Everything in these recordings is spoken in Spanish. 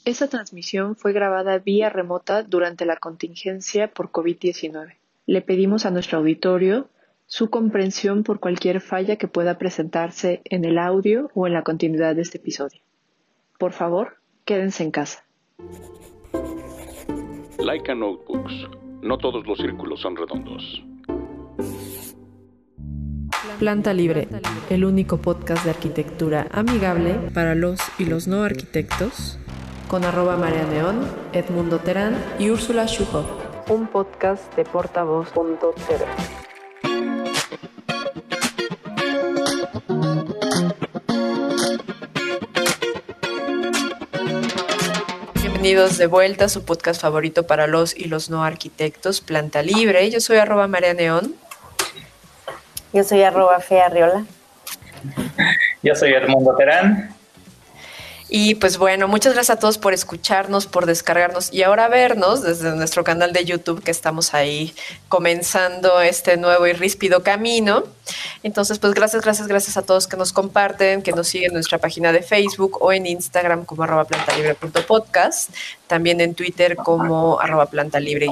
Esta transmisión fue grabada vía remota durante la contingencia por COVID-19. Le pedimos a nuestro auditorio su comprensión por cualquier falla que pueda presentarse en el audio o en la continuidad de este episodio. Por favor, quédense en casa. Laika Notebooks. No todos los círculos son redondos. Planta Libre, el único podcast de arquitectura amigable para los y los no arquitectos, con @MariaNeón, Edmundo Terán y Úrsula Schuhoff. Un podcast de Portavoz.tv. Bienvenidos de vuelta a su podcast favorito para los y los no arquitectos, Planta Libre. Yo soy @MariaNeón. Yo soy @FeArriola. Yo soy Edmundo Terán. Y pues bueno, muchas gracias a todos por escucharnos, por descargarnos y ahora vernos desde nuestro canal de YouTube, que estamos ahí comenzando este nuevo y ríspido camino. Entonces, pues gracias a todos que nos comparten, que nos siguen en nuestra página de Facebook o en Instagram como @plantalibre.podcast, también en Twitter como @plantalibre_.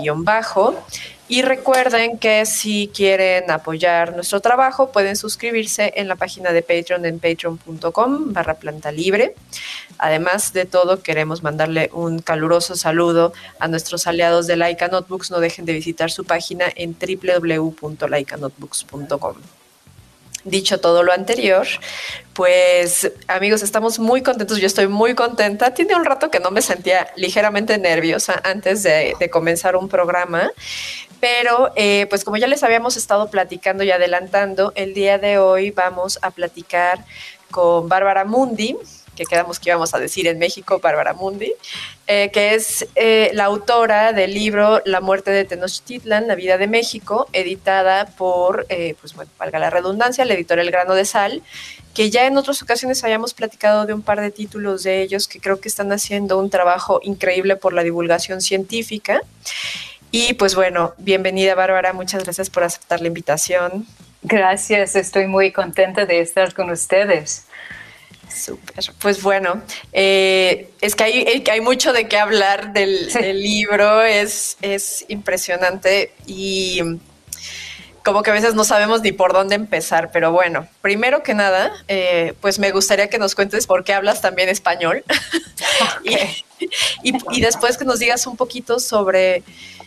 Y recuerden que si quieren apoyar nuestro trabajo, pueden suscribirse en la página de Patreon en patreon.com/plantalibre. Además de todo, queremos mandarle un caluroso saludo a nuestros aliados de Laika Notebooks. No dejen de visitar su página en www.laikanotebooks.com. Dicho todo lo anterior, pues amigos, estamos muy contentos. Yo estoy muy contenta. Tiene un rato que no me sentía ligeramente nerviosa antes de comenzar un programa. Pero pues como ya les habíamos estado platicando y adelantando, el día de hoy vamos a platicar con Bárbara Mundi, que quedamos que íbamos a decir en México, Bárbara Mundi, que es la autora del libro La muerte de Tenochtitlan, la vida de México, editada por, pues bueno, valga la redundancia, la editorial El Grano de Sal, que ya en otras ocasiones habíamos platicado de un par de títulos de ellos que creo que están haciendo un trabajo increíble por la divulgación científica. Y pues bueno, bienvenida Bárbara, muchas gracias por aceptar la invitación. Gracias, estoy muy contenta de estar con ustedes. Súper, pues bueno, es que hay mucho de qué hablar del libro, es impresionante y como que a veces no sabemos ni por dónde empezar, pero bueno, primero que nada, pues me gustaría que nos cuentes por qué hablas también español. Okay. y después que nos digas un poquito sobre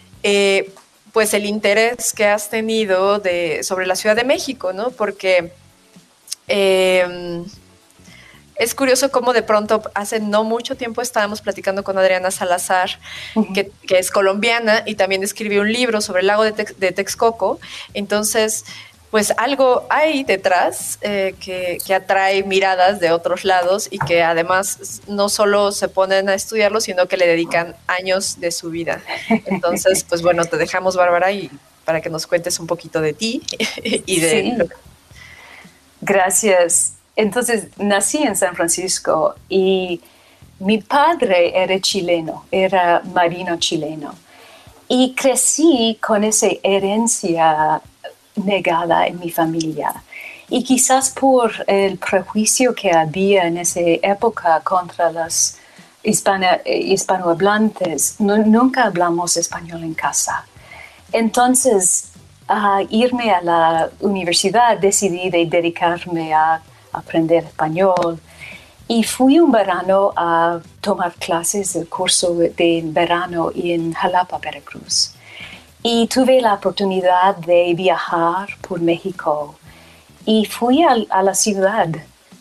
pues el interés que has tenido sobre la Ciudad de México, ¿no? Porque es curioso cómo de pronto hace no mucho tiempo estábamos platicando con Adriana Salazar, que es colombiana y también escribió un libro sobre el lago de Texcoco. Entonces, pues algo hay detrás que atrae miradas de otros lados y que además no solo se ponen a estudiarlo, sino que le dedican años de su vida. Entonces, pues bueno, te dejamos, Bárbara, y para que nos cuentes un poquito de ti y de... Sí. Gracias. Entonces, nací en San Francisco y mi padre era chileno, era marino chileno. Y crecí con esa herencia negada en mi familia. Y quizás por el prejuicio que había en esa época contra los hispanohablantes, nunca hablamos español en casa. Entonces, irme a la universidad decidí de dedicarme a aprender español y fui un verano a tomar clases del curso de verano en Jalapa, Veracruz. Y tuve la oportunidad de viajar por México y fui a la ciudad,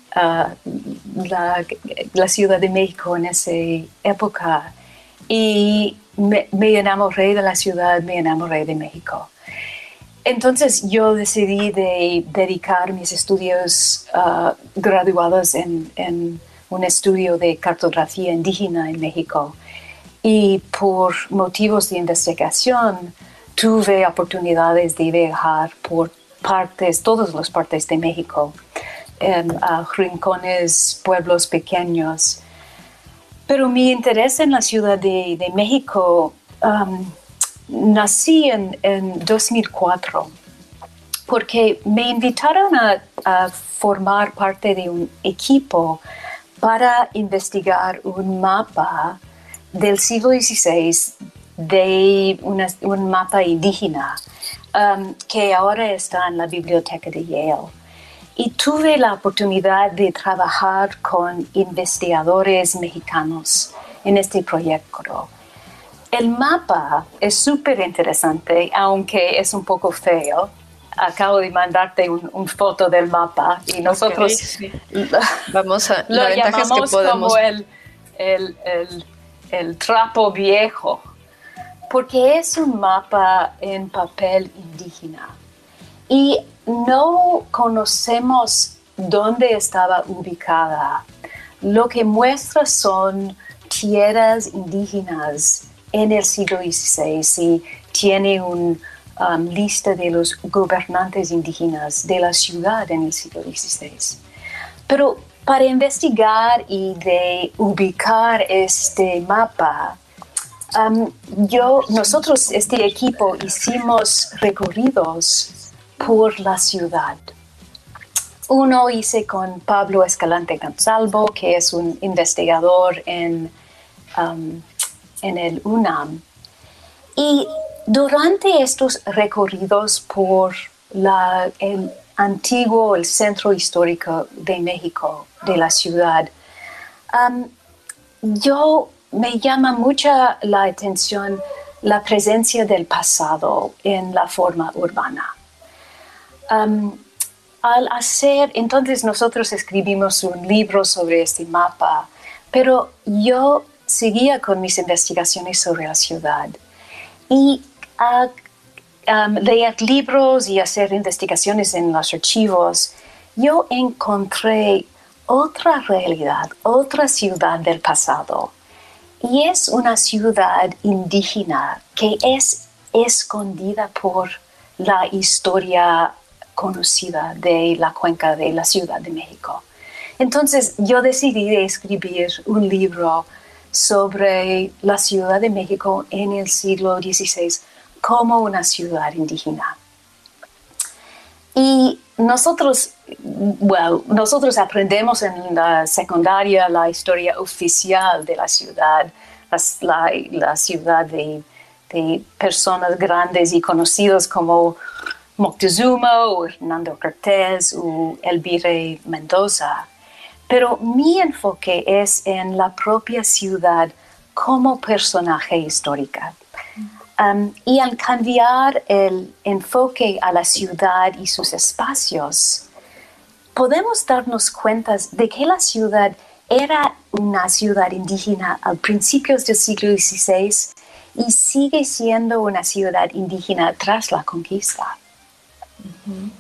la Ciudad de México en esa época y me enamoré de la ciudad, me enamoré de México. Entonces yo decidí de dedicar mis estudios graduados en un estudio de cartografía indígena en México. Y por motivos de investigación tuve oportunidades de viajar por todas las partes de México, a rincones, pueblos pequeños. Pero mi interés en la Ciudad de México nací en 2004 porque me invitaron a formar parte de un equipo para investigar un mapa del siglo XVI de un mapa indígena que ahora está en la biblioteca de Yale. Y tuve la oportunidad de trabajar con investigadores mexicanos en este proyecto. El mapa es súper interesante, aunque es un poco feo. Acabo de mandarte un foto del mapa y nosotros Vamos a, lo llamamos como el trapo viejo, porque es un mapa en papel indígena y no conocemos dónde estaba ubicada. Lo que muestra son tierras indígenas en el siglo XVI y tiene una lista de los gobernantes indígenas de la ciudad en el siglo XVI. Pero para investigar y de ubicar este mapa, nosotros, este equipo, hicimos recorridos por la ciudad. Uno hice con Pablo Escalante Gonzalvo, que es un investigador en el UNAM. Y durante estos recorridos por el centro histórico de México, de la ciudad, me llama mucho la atención la presencia del pasado en la forma urbana. Entonces nosotros escribimos un libro sobre este mapa, pero yo seguía con mis investigaciones sobre la ciudad y leer libros y hacer investigaciones en los archivos, yo encontré otra realidad, otra ciudad del pasado. Y es una ciudad indígena que es escondida por la historia conocida de la cuenca de la Ciudad de México. Entonces yo decidí escribir un libro sobre la Ciudad de México en el siglo XVI como una ciudad indígena. Y nosotros aprendemos en la secundaria la historia oficial de la ciudad, la ciudad de personas grandes y conocidos como Moctezuma o Hernando Cortés o Elvira Mendoza. Pero mi enfoque es en la propia ciudad como personaje histórica. Y al cambiar el enfoque a la ciudad y sus espacios, podemos darnos cuenta de que la ciudad era una ciudad indígena al principios del siglo XVI y sigue siendo una ciudad indígena tras la conquista. Uh-huh.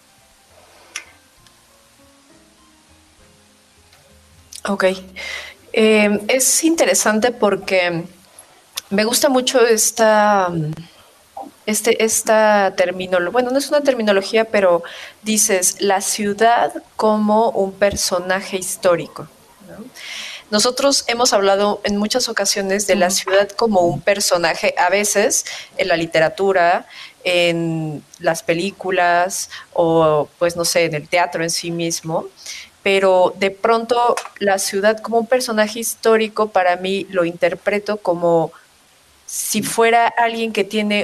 Ok. Es interesante porque me gusta mucho esta terminología. Bueno, no es una terminología, pero dices la ciudad como un personaje histórico, ¿no? Nosotros hemos hablado en muchas ocasiones de la ciudad como un personaje, a veces en la literatura, en las películas o, pues no sé, en el teatro en sí mismo. Pero de pronto la ciudad como un personaje histórico, para mí lo interpreto como si fuera alguien que tiene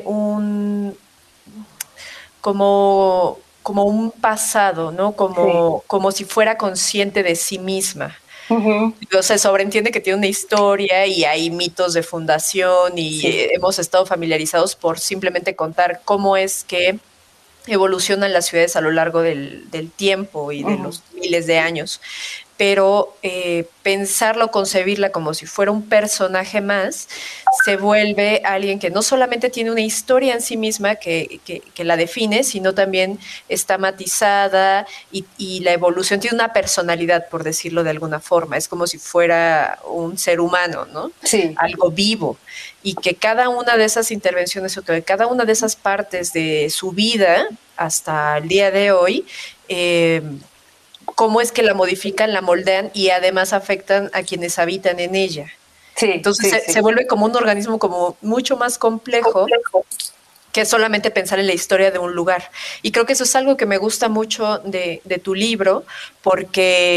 como un pasado, ¿no? Como si fuera consciente de sí misma. Uh-huh. O sea, sobreentiende que tiene una historia y hay mitos de fundación y hemos estado familiarizados por simplemente contar cómo es que evolucionan las ciudades a lo largo del tiempo y de los miles de años. Pero pensarlo, concebirla como si fuera un personaje más, se vuelve alguien que no solamente tiene una historia en sí misma que la define, sino también está matizada y la evolución tiene una personalidad, por decirlo de alguna forma. Es como si fuera un ser humano, ¿no? Sí. Algo vivo. Y que cada una de esas intervenciones o que cada una de esas partes de su vida hasta el día de hoy, cómo es que la modifican, la moldean y además afectan a quienes habitan en ella. Sí, entonces se vuelve como un organismo como mucho más complejo que solamente pensar en la historia de un lugar. Y creo que eso es algo que me gusta mucho de tu libro, porque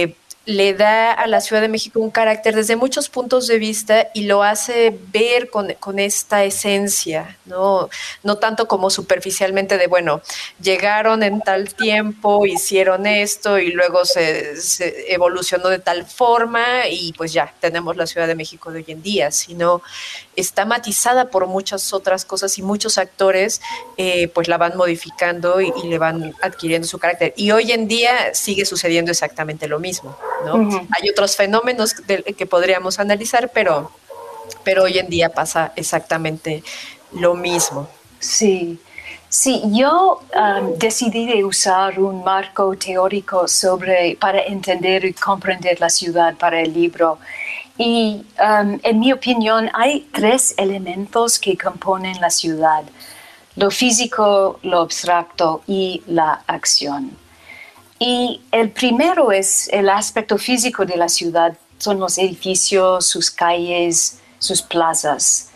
le da a la Ciudad de México un carácter desde muchos puntos de vista y lo hace ver con esta esencia, ¿no? No tanto como superficialmente de, bueno, llegaron en tal tiempo, hicieron esto y luego se evolucionó de tal forma y pues ya tenemos la Ciudad de México de hoy en día, sino está matizada por muchas otras cosas y muchos actores pues la van modificando y le van adquiriendo su carácter. Y hoy en día sigue sucediendo exactamente lo mismo, ¿no? Hay otros fenómenos que podríamos analizar, pero hoy en día pasa exactamente lo mismo. Sí, sí, yo decidí de usar un marco teórico para entender y comprender la ciudad para el libro. Y en mi opinión hay 3 elementos que componen la ciudad: lo físico, lo abstracto y la acción. Y el primero es el aspecto físico de la ciudad, son los edificios, sus calles, sus plazas.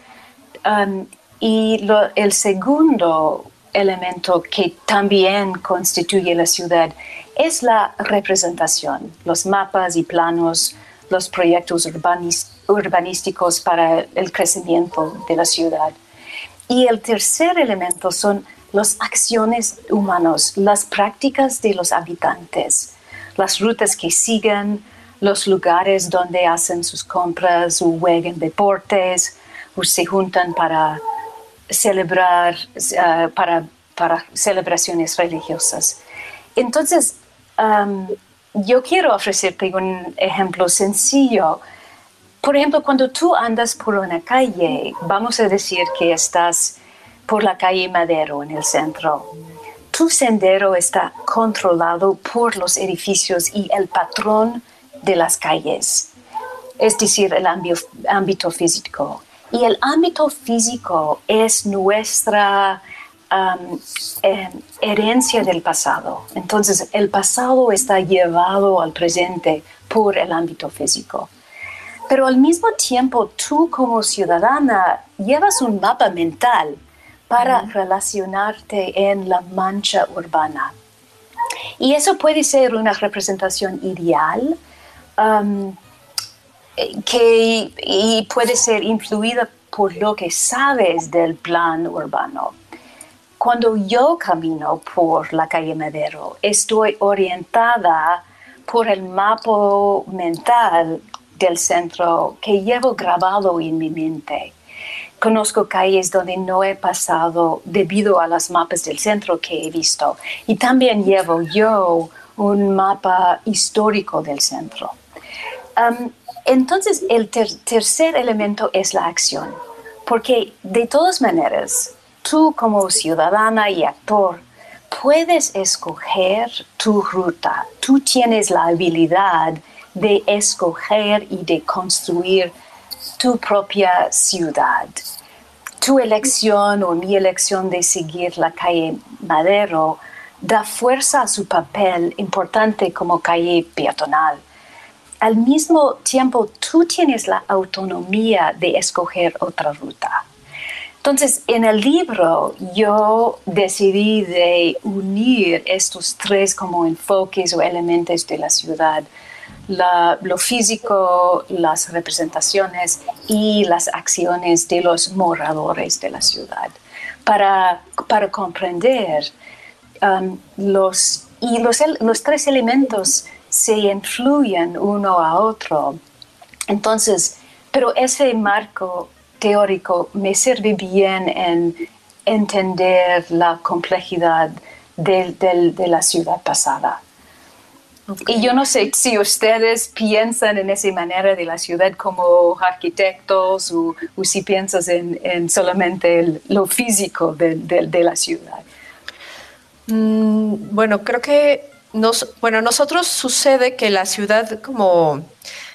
El segundo elemento que también constituye la ciudad es la representación, los mapas y planos, los proyectos urbanísticos para el crecimiento de la ciudad. Y el tercer elemento son las acciones humanas, las prácticas de los habitantes, las rutas que siguen, los lugares donde hacen sus compras o juegan deportes o se juntan para celebrar, para celebraciones religiosas. Entonces, yo quiero ofrecerte un ejemplo sencillo. Por ejemplo, cuando tú andas por una calle, vamos a decir que estás por la calle Madero en el centro. Tu sendero está controlado por los edificios y el patrón de las calles, es decir, el ámbito físico. Y el ámbito físico es nuestra herencia del pasado. Entonces, el pasado está llevado al presente por el ámbito físico. Pero al mismo tiempo, tú como ciudadana llevas un mapa mental para relacionarte en la mancha urbana. Y eso puede ser una representación ideal y puede ser influida por lo que sabes del plan urbano. Cuando yo camino por la calle Madero, estoy orientada por el mapa mental del centro que llevo grabado en mi mente. Conozco calles donde no he pasado debido a los mapas del centro que he visto. Y también llevo yo un mapa histórico del centro. Entonces, el tercer elemento es la acción. Porque de todas maneras, tú como ciudadana y actor puedes escoger tu ruta. Tú tienes la habilidad de escoger y de construir tu propia ciudad. Tu elección o mi elección de seguir la calle Madero da fuerza a su papel importante como calle peatonal. Al mismo tiempo, tú tienes la autonomía de escoger otra ruta. Entonces, en el libro, yo decidí de unir estos 3 como enfoques o elementos de la ciudad: lo físico, las representaciones y las acciones de los moradores de la ciudad, para comprender los 3 elementos se influyen uno a otro. Entonces, pero ese marco teórico me sirve bien en entender la complejidad de la ciudad pasada. Okay. Y yo no sé si ustedes piensan en esa manera de la ciudad como arquitectos o si piensas en solamente lo físico de la ciudad. Bueno, creo que nosotros sucede que la ciudad como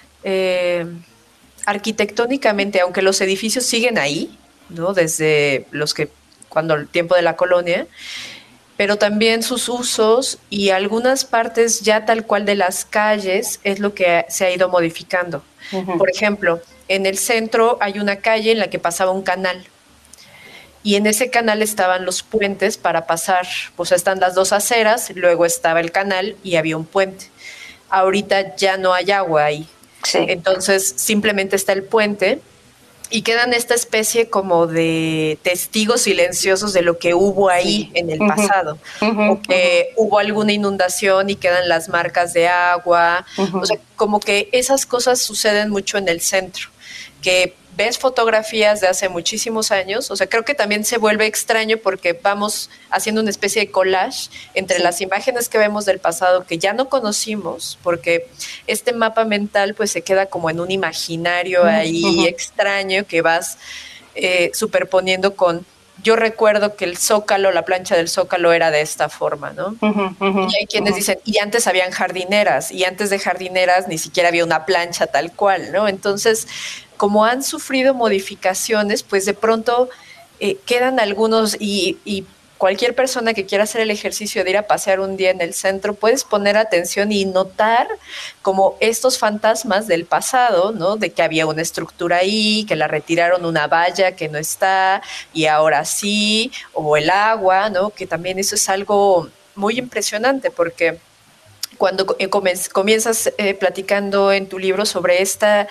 arquitectónicamente, aunque los edificios siguen ahí, ¿no? Desde cuando el tiempo de la colonia, pero también sus usos y algunas partes ya tal cual de las calles es lo que se ha ido modificando. Uh-huh. Por ejemplo, en el centro hay una calle en la que pasaba un canal y en ese canal estaban los puentes para pasar, pues están las 2 aceras, luego estaba el canal y había un puente. ahorita ya no hay agua ahí. Sí. Entonces simplemente está el puente y quedan esta especie como de testigos silenciosos de lo que hubo ahí en el pasado, o que hubo alguna inundación y quedan las marcas de agua, o sea, como que esas cosas suceden mucho en el centro, que ves fotografías de hace muchísimos años, o sea, creo que también se vuelve extraño porque vamos haciendo una especie de collage entre las imágenes que vemos del pasado que ya no conocimos, porque este mapa mental pues se queda como en un imaginario ahí extraño que vas superponiendo con... Yo recuerdo que el Zócalo, la plancha del Zócalo era de esta forma, ¿no? Y hay quienes dicen, y antes habían jardineras, y antes de jardineras ni siquiera había una plancha tal cual, ¿no? Entonces, como han sufrido modificaciones, pues de pronto quedan algunos y cualquier persona que quiera hacer el ejercicio de ir a pasear un día en el centro, puedes poner atención y notar como estos fantasmas del pasado, ¿no? De que había una estructura ahí, que la retiraron una valla que no está y ahora sí, o el agua, ¿no? Que también eso es algo muy impresionante porque cuando comienzas platicando en tu libro sobre esta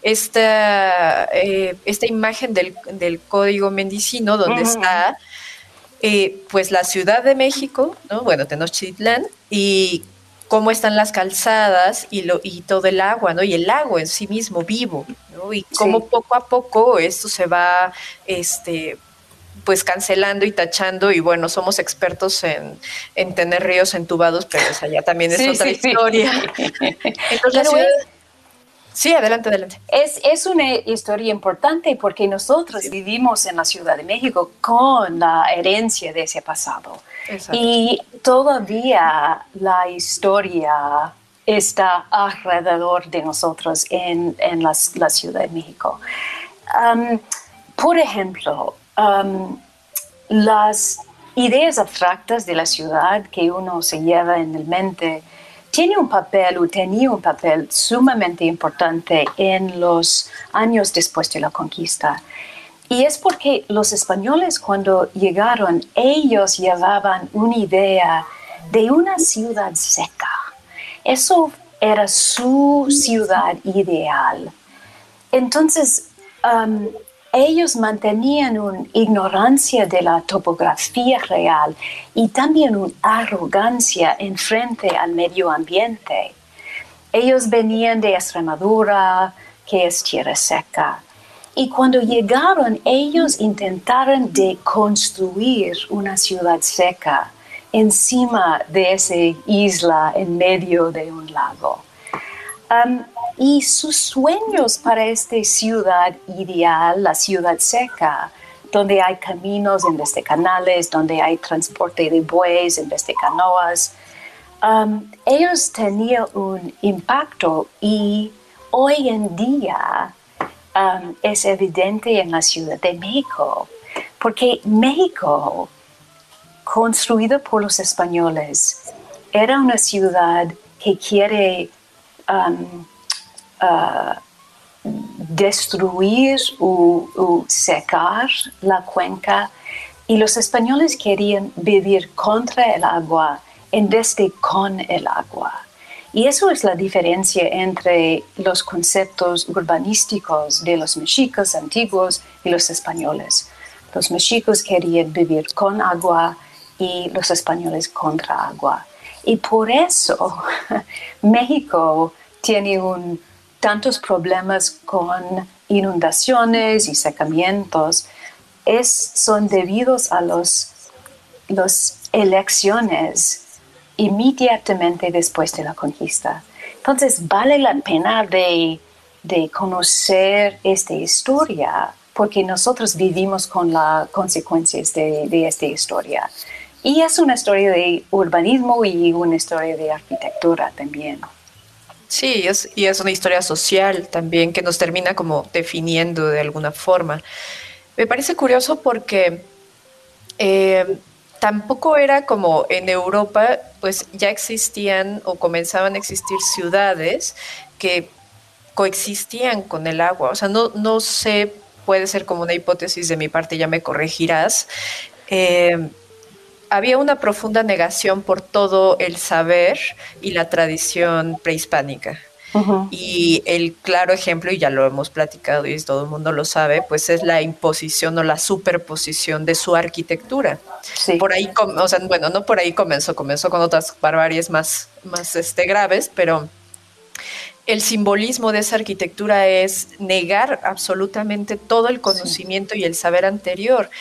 imagen del código mendocino, donde está pues la Ciudad de México, ¿no? Bueno, Tenochtitlán, y cómo están las calzadas y todo el agua, ¿no? Y el lago en sí mismo vivo, ¿no? Y cómo poco a poco esto se va pues cancelando y tachando, y bueno, somos expertos en tener ríos entubados, pero esa ya también es otra historia. Entonces, la ciudad... Sí, adelante. Es una historia importante porque nosotros vivimos en la Ciudad de México con la herencia de ese pasado. Exacto. Y todavía la historia está alrededor de nosotros en la Ciudad de México. Por ejemplo, las ideas abstractas de la ciudad que uno se lleva en la mente tenía un papel sumamente importante en los años después de la conquista. Y es porque los españoles, cuando llegaron, ellos llevaban una idea de una ciudad seca. Eso era su ciudad ideal. Entonces, ellos mantenían una ignorancia de la topografía real y también una arrogancia en frente al medio ambiente. Ellos venían de Extremadura, que es tierra seca. Y cuando llegaron, ellos intentaron de construir una ciudad seca encima de esa isla en medio de un lago. Y sus sueños para esta ciudad ideal, la ciudad seca, donde hay caminos en vez de canales, donde hay transporte de bueyes en vez de canoas, ellos tenían un impacto y hoy en día es evidente en la Ciudad de México, porque México, construido por los españoles, era una ciudad que quiere destruir o secar la cuenca, y los españoles querían vivir contra el agua en vez de con el agua. Y eso es la diferencia entre los conceptos urbanísticos de los mexicas antiguos y los españoles. Los mexicas querían vivir con agua y los españoles contra agua. Y por eso México tiene tantos problemas con inundaciones y secamientos. Son debidos a las elecciones inmediatamente después de la conquista. Entonces vale la pena de conocer esta historia, porque nosotros vivimos con las consecuencias de esta historia. Y es una historia de urbanismo y una historia de arquitectura también. Sí, y es una historia social también que nos termina como definiendo de alguna forma. Me parece curioso porque tampoco era como en Europa, pues ya existían o comenzaban a existir ciudades que coexistían con el agua. O sea, no sé, puede ser como una hipótesis de mi parte, ya me corregirás. había una profunda negación por todo el saber y la tradición prehispánica. Y el claro ejemplo, y ya lo hemos platicado y todo el mundo lo sabe, pues es la imposición o la superposición de su arquitectura. Sí. Por ahí, o sea, bueno, no por ahí comenzó con otras barbaries más graves, pero el simbolismo de esa arquitectura es negar absolutamente todo el conocimiento y el saber anterior.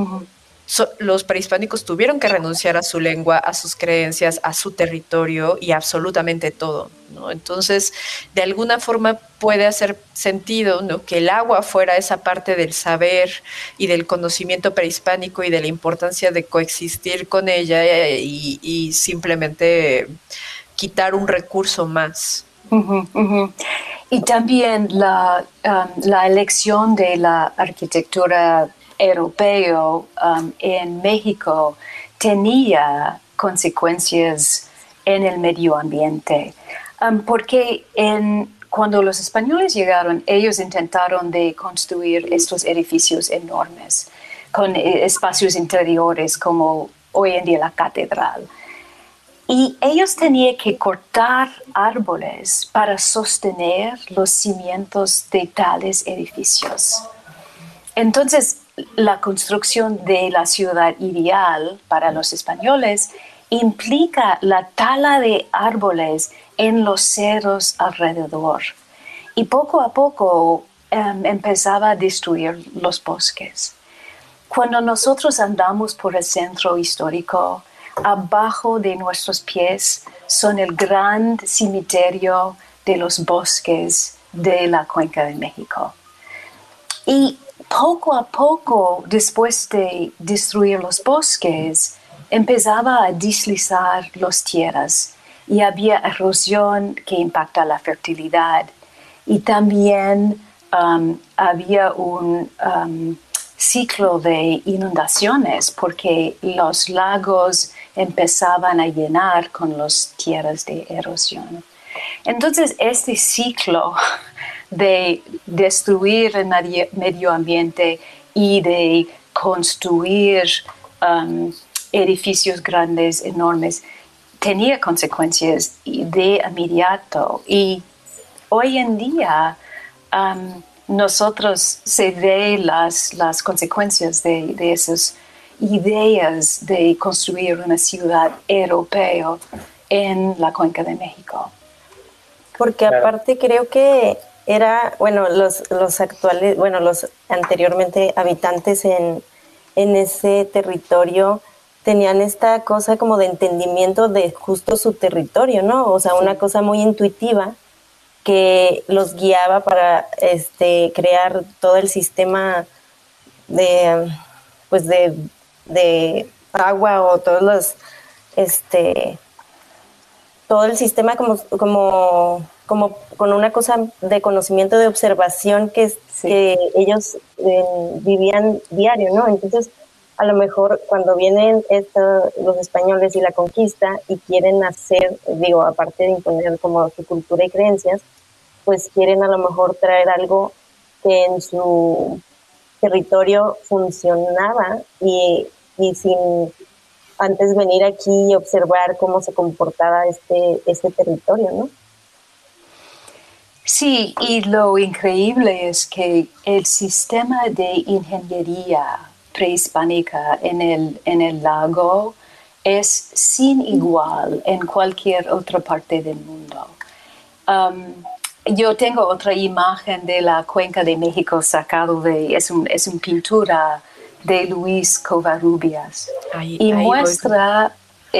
Los prehispánicos tuvieron que renunciar a su lengua, a sus creencias, a su territorio y absolutamente todo, ¿no? Entonces, de alguna forma puede hacer sentido, ¿no?, que el agua fuera esa parte del saber y del conocimiento prehispánico y de la importancia de coexistir con ella y simplemente quitar un recurso más. Y también la elección de la arquitectura europeo en México tenía consecuencias en el medio ambiente, porque cuando los españoles llegaron, ellos intentaron de construir estos edificios enormes con espacios interiores como hoy en día la catedral. Y ellos tenían que cortar árboles para sostener los cimientos de tales edificios. Entonces, la construcción de la ciudad ideal para los españoles implica la tala de árboles en los cerros alrededor. Y poco a poco empezaba a destruir los bosques. Cuando nosotros andamos por el centro histórico, abajo de nuestros pies son el gran cementerio de los bosques de la Cuenca de México. Y poco a poco, después de destruir los bosques, empezaba a deslizar las tierras y había erosión que impacta la fertilidad. Y también había un ciclo de inundaciones porque los lagos empezaban a llenar con las tierras de erosión. Entonces, este ciclo de destruir el medio ambiente y de construir edificios grandes, enormes, tenía consecuencias de inmediato. Y hoy en día nosotros se ve las consecuencias de esas ideas de construir una ciudad europea en la Cuenca de México. Porque aparte creo que era, bueno, los actuales, bueno, los anteriormente habitantes en ese territorio tenían esta cosa como de entendimiento de justo su territorio, ¿no? O sea, una cosa muy intuitiva que los guiaba para crear todo el sistema de agua o todos los todo el sistema como con una cosa de conocimiento, de observación que ellos vivían diario, ¿no? Entonces, a lo mejor cuando vienen los españoles y la conquista y quieren hacer, digo, aparte de imponer como su cultura y creencias, pues quieren a lo mejor traer algo que en su territorio funcionaba y sin antes venir aquí y observar cómo se comportaba este territorio, ¿no? Sí, y lo increíble es que el sistema de ingeniería prehispánica en el lago es sin igual en cualquier otra parte del mundo. Yo tengo otra imagen de la Cuenca de México sacado es una pintura de Luis Covarrubias y muestra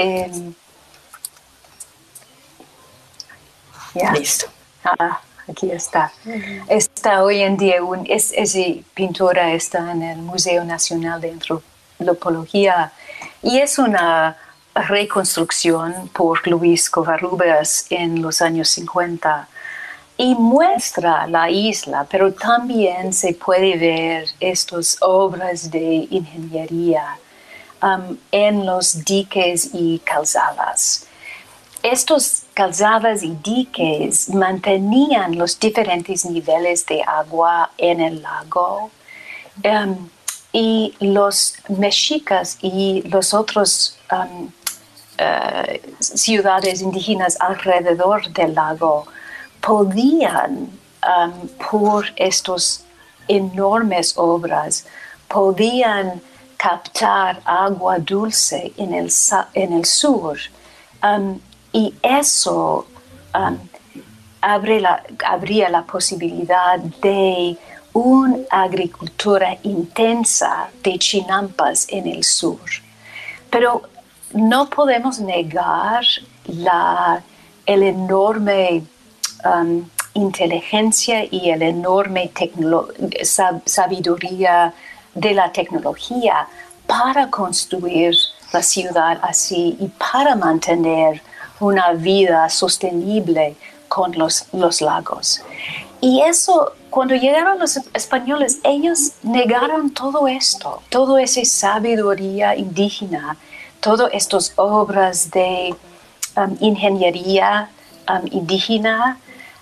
Listo. Aquí está. Está hoy en día esa pintura está en el Museo Nacional de Antropología y es una reconstrucción por Luis Covarrubias en los años 50 y muestra la isla, pero también se puede ver estas obras de ingeniería en los diques y calzadas. Estos calzadas y diques mantenían los diferentes niveles de agua en el lago y los mexicas y los otros ciudades indígenas alrededor del lago podían, por estas enormes obras, podían captar agua dulce en el sur. Y eso abría la posibilidad de una agricultura intensa de chinampas en el sur. Pero no podemos negar el enorme inteligencia y el enorme sabiduría de la tecnología para construir la ciudad así y para mantener una vida sostenible con los lagos. Y eso, cuando llegaron los españoles, ellos negaron todo esto, toda esa sabiduría indígena, todas estas obras de ingeniería indígena,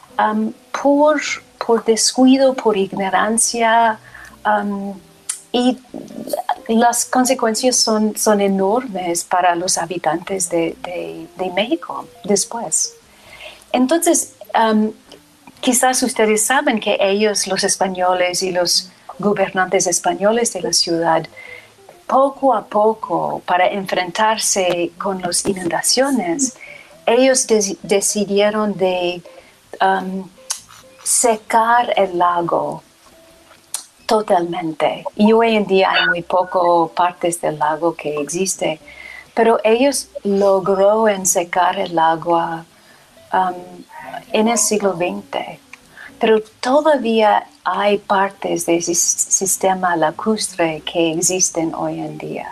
por descuido, por ignorancia, y las consecuencias son enormes para los habitantes de México después. Entonces, quizás ustedes saben que ellos, los españoles y los gobernantes españoles de la ciudad, poco a poco, para enfrentarse con las inundaciones, ellos decidieron de secar el lago totalmente. Y hoy en día hay muy pocas partes del lago que existe, pero ellos lograron secar el agua en el siglo XX. Pero todavía hay partes de ese sistema lacustre que existen hoy en día.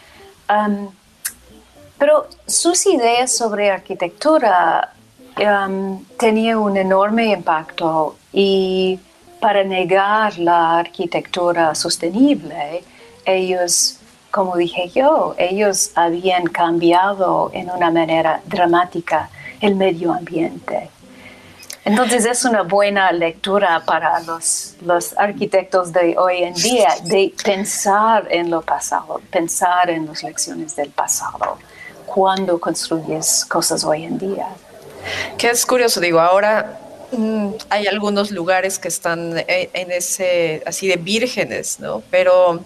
Pero sus ideas sobre arquitectura tenían un enorme impacto, y para negar la arquitectura sostenible, ellos, como dije yo, ellos habían cambiado en una manera dramática el medio ambiente. Entonces es una buena lectura para los arquitectos de hoy en día de pensar en lo pasado, pensar en las lecciones del pasado cuando construyes cosas hoy en día. Que es curioso, digo, ahora hay algunos lugares que están en ese, así de vírgenes, ¿no? Pero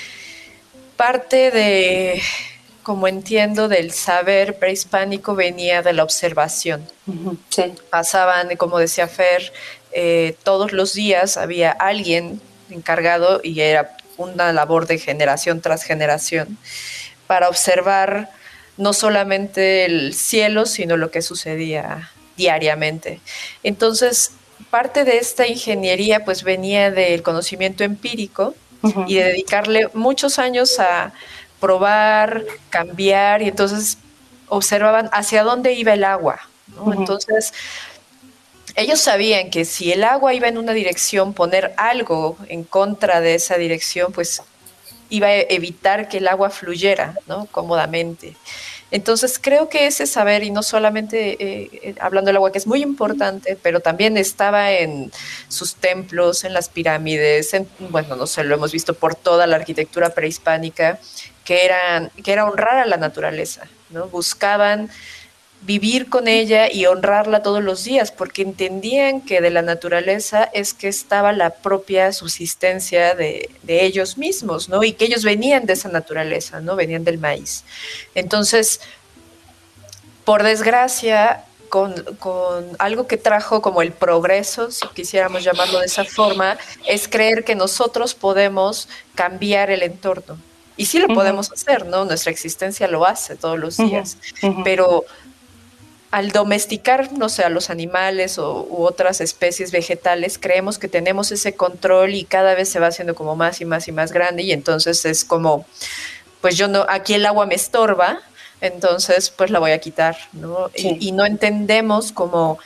parte de, como entiendo, del saber prehispánico venía de la observación. Sí. Pasaban, como decía Fer, todos los días había alguien encargado, y era una labor de generación tras generación, para observar no solamente el cielo, sino lo que sucedía diariamente. Entonces, parte de esta ingeniería pues venía del conocimiento empírico y de dedicarle muchos años a probar, cambiar, y entonces observaban hacia dónde iba el agua, ¿no? Entonces, ellos sabían que si el agua iba en una dirección, poner algo en contra de esa dirección, pues iba a evitar que el agua fluyera, ¿no? Cómodamente. Entonces creo que ese saber, y no solamente hablando del agua, que es muy importante, pero también estaba en sus templos, en las pirámides, bueno, no sé, lo hemos visto por toda la arquitectura prehispánica, que era honrar a la naturaleza, ¿no? Buscaban vivir con ella y honrarla todos los días, porque entendían que de la naturaleza es que estaba la propia subsistencia de ellos mismos, ¿no? Y que ellos venían de esa naturaleza, ¿no? Venían del maíz. Entonces, por desgracia, con algo que trajo como el progreso, si quisiéramos llamarlo de esa forma, es creer que nosotros podemos cambiar el entorno. Y sí lo podemos hacer, ¿no? Nuestra existencia lo hace todos los días, pero al domesticar, no sé, a los animales u otras especies vegetales, creemos que tenemos ese control, y cada vez se va haciendo como más y más y más grande, y entonces es como, pues yo no, aquí el agua me estorba, entonces pues la voy a quitar, ¿no? Sí. Y no entendemos cómo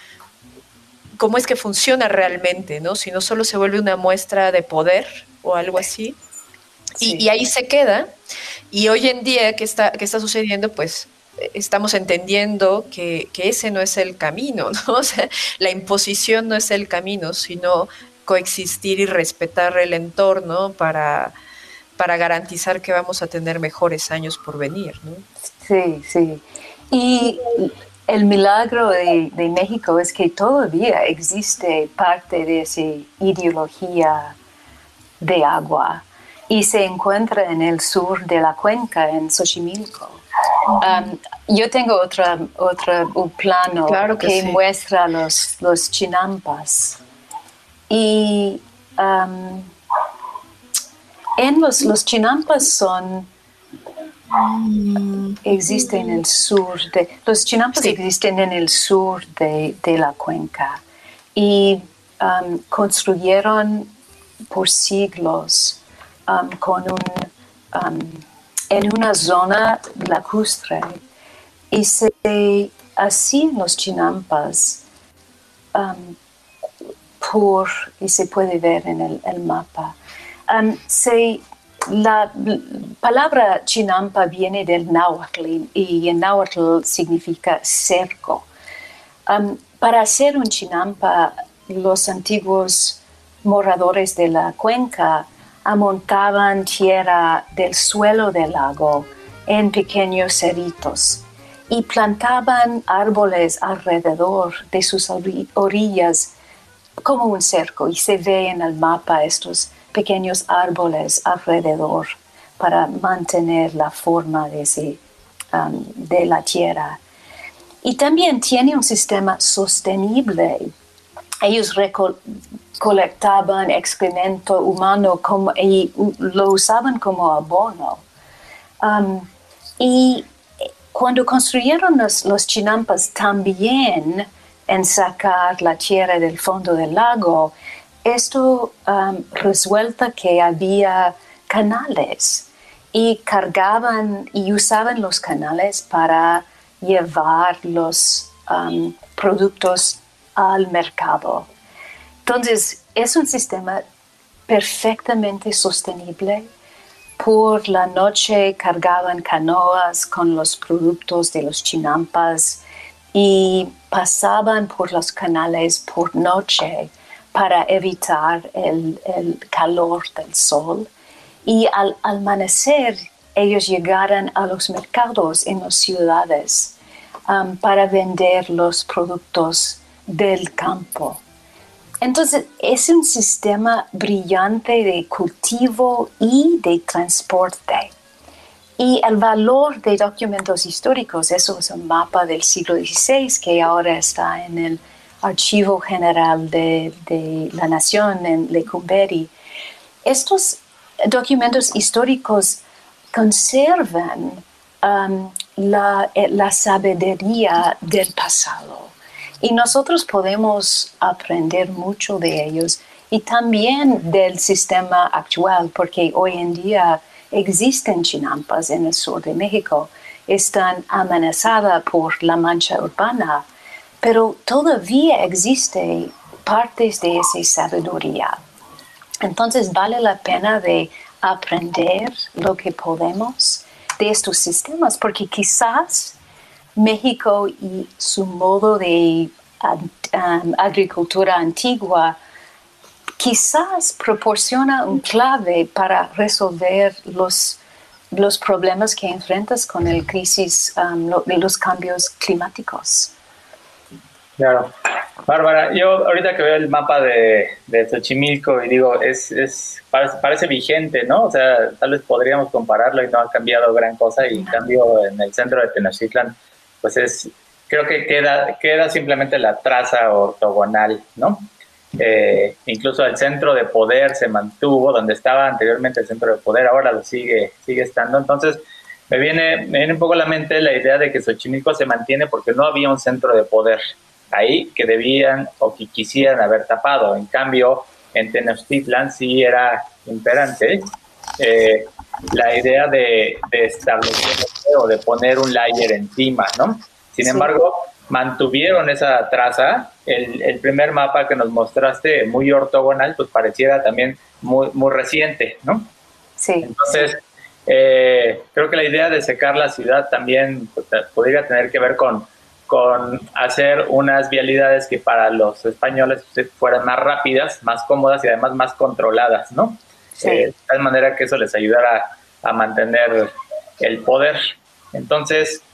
es que funciona realmente, ¿no? Si no solo se vuelve una muestra de poder o algo así, sí. y ahí se queda. Y hoy en día, ¿qué está sucediendo? Pues estamos entendiendo que ese no es el camino, ¿no? O sea, la imposición no es el camino, sino coexistir y respetar el entorno para para garantizar que vamos a tener mejores años por venir, ¿no? Sí, sí. Y el milagro de México es que todavía existe parte de esa ideología de agua y se encuentra en el sur de la cuenca, en Xochimilco. Yo tengo un plano claro que sí, muestra los chinampas. Y en los chinampas existen en el sur los chinampas existen en el sur de la cuenca y construyeron por siglos en una zona lacustre y se hacían los chinampas y se puede ver en el mapa. La palabra chinampa viene del náhuatl y en náhuatl significa cerco. Para hacer un chinampa, los antiguos moradores de la cuenca amontaban tierra del suelo del lago en pequeños cerritos y plantaban árboles alrededor de sus orillas como un cerco, y se ve en el mapa estos pequeños árboles alrededor para mantener la forma de la tierra. Y también tiene un sistema sostenible. Ellos recolectaban excremento humano y lo usaban como abono. Y cuando construyeron los chinampas también en sacar la tierra del fondo del lago, esto resuelta que había canales y cargaban y usaban los canales para llevar los productos al mercado. Entonces, es un sistema perfectamente sostenible. Por la noche cargaban canoas con los productos de los chinampas y pasaban por los canales por noche para evitar el calor del sol. Y al amanecer, ellos llegaron a los mercados en las ciudades para vender los productos del campo. Entonces, es un sistema brillante de cultivo y de transporte. Y el valor de documentos históricos, eso es un mapa del siglo XVI que ahora está en el Archivo General de la Nación en Lecumberri. Estos documentos históricos conservan la sabiduría del pasado. Y nosotros podemos aprender mucho de ellos y también del sistema actual, porque hoy en día existen chinampas en el sur de México, están amenazadas por la mancha urbana, pero todavía existen partes de esa sabiduría. Entonces vale la pena de aprender lo que podemos de estos sistemas, porque quizás México y su modo de agricultura antigua quizás proporciona un clave para resolver los problemas que enfrentas con el crisis de los cambios climáticos. Claro. Bárbara, yo ahorita que veo el mapa de Xochimilco y digo, parece vigente, ¿no? O sea, tal vez podríamos compararlo y no ha cambiado gran cosa, y en cambio en el centro de Tenochtitlan, pues creo que queda simplemente la traza ortogonal, ¿no? Incluso el centro de poder se mantuvo, donde estaba anteriormente el centro de poder, ahora lo sigue estando. Entonces me viene un poco a la mente la idea de que Xochimilco se mantiene porque no había un centro de poder ahí que debían o que quisieran haber tapado. En cambio, en Tenochtitlan sí era imperante la idea de establecer o de poner un layer encima, ¿no? Sin embargo, mantuvieron esa traza. El primer mapa que nos mostraste, muy ortogonal, pues pareciera también muy, muy reciente, ¿no? Sí. Entonces, creo que la idea de secar la ciudad también pues, podría tener que ver con hacer unas vialidades que para los españoles fueran más rápidas, más cómodas y además más controladas, ¿no? Sí. De tal manera que eso les ayudara a mantener el poder. Entonces,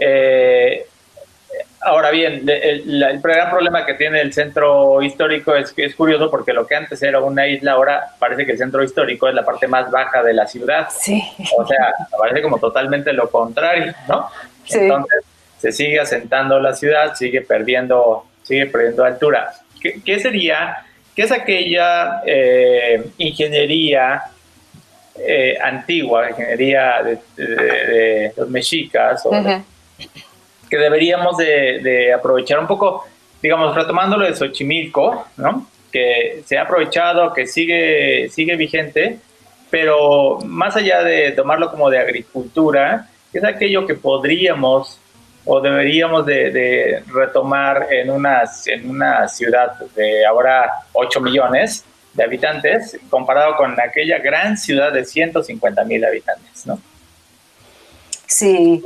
ahora bien, el gran problema que tiene el centro histórico es que es curioso porque lo que antes era una isla, ahora parece que el centro histórico es la parte más baja de la ciudad. Sí. O sea, parece como totalmente lo contrario, ¿no? Sí. Entonces, se sigue asentando la ciudad, sigue perdiendo altura. ¿Qué es aquella ingeniería antigua, ingeniería de los mexicas, que deberíamos de aprovechar un poco, digamos, retomando lo de Xochimilco, ¿no? Que se ha aprovechado, que sigue vigente, pero más allá de tomarlo como de agricultura, es aquello que podríamos o deberíamos de retomar en una ciudad de ahora 8 millones de habitantes, comparado con aquella gran ciudad de 150,000 habitantes, ¿no? Sí.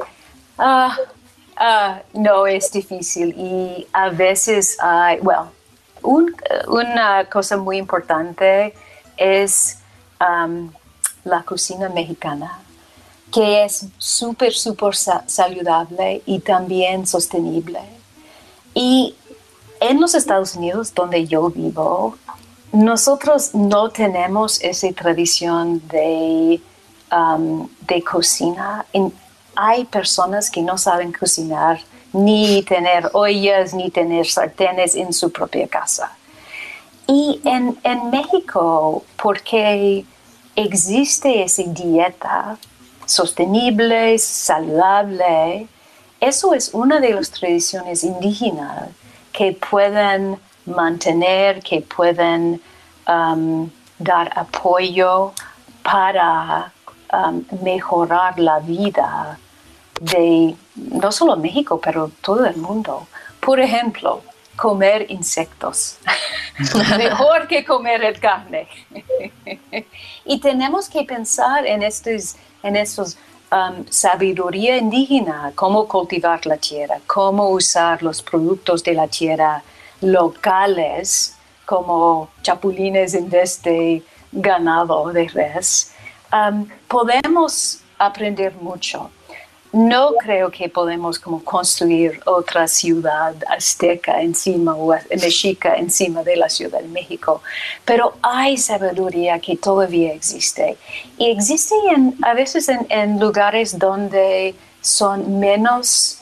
No, es difícil y a veces hay, una cosa muy importante es la cocina mexicana, que es súper saludable y también sostenible. Y en los Estados Unidos, donde yo vivo, nosotros no tenemos esa tradición de cocina. Hay personas que no saben cocinar, ni tener ollas, ni tener sartenes en su propia casa. Y en México, porque existe esa dieta sostenible, saludable, eso es una de las tradiciones indígenas que pueden mantener, que pueden dar apoyo para mejorar la vida de no solo México, pero todo el mundo. Por ejemplo, comer insectos. Mejor que comer el carne. Y tenemos que pensar en estos sabiduría indígena, cómo cultivar la tierra, cómo usar los productos de la tierra locales, como chapulines en vez de ganado de res. Podemos aprender mucho. No creo que podemos como construir otra ciudad azteca encima o mexica encima de la Ciudad de México, pero hay sabiduría que todavía existe. Y existe a veces en lugares donde son menos,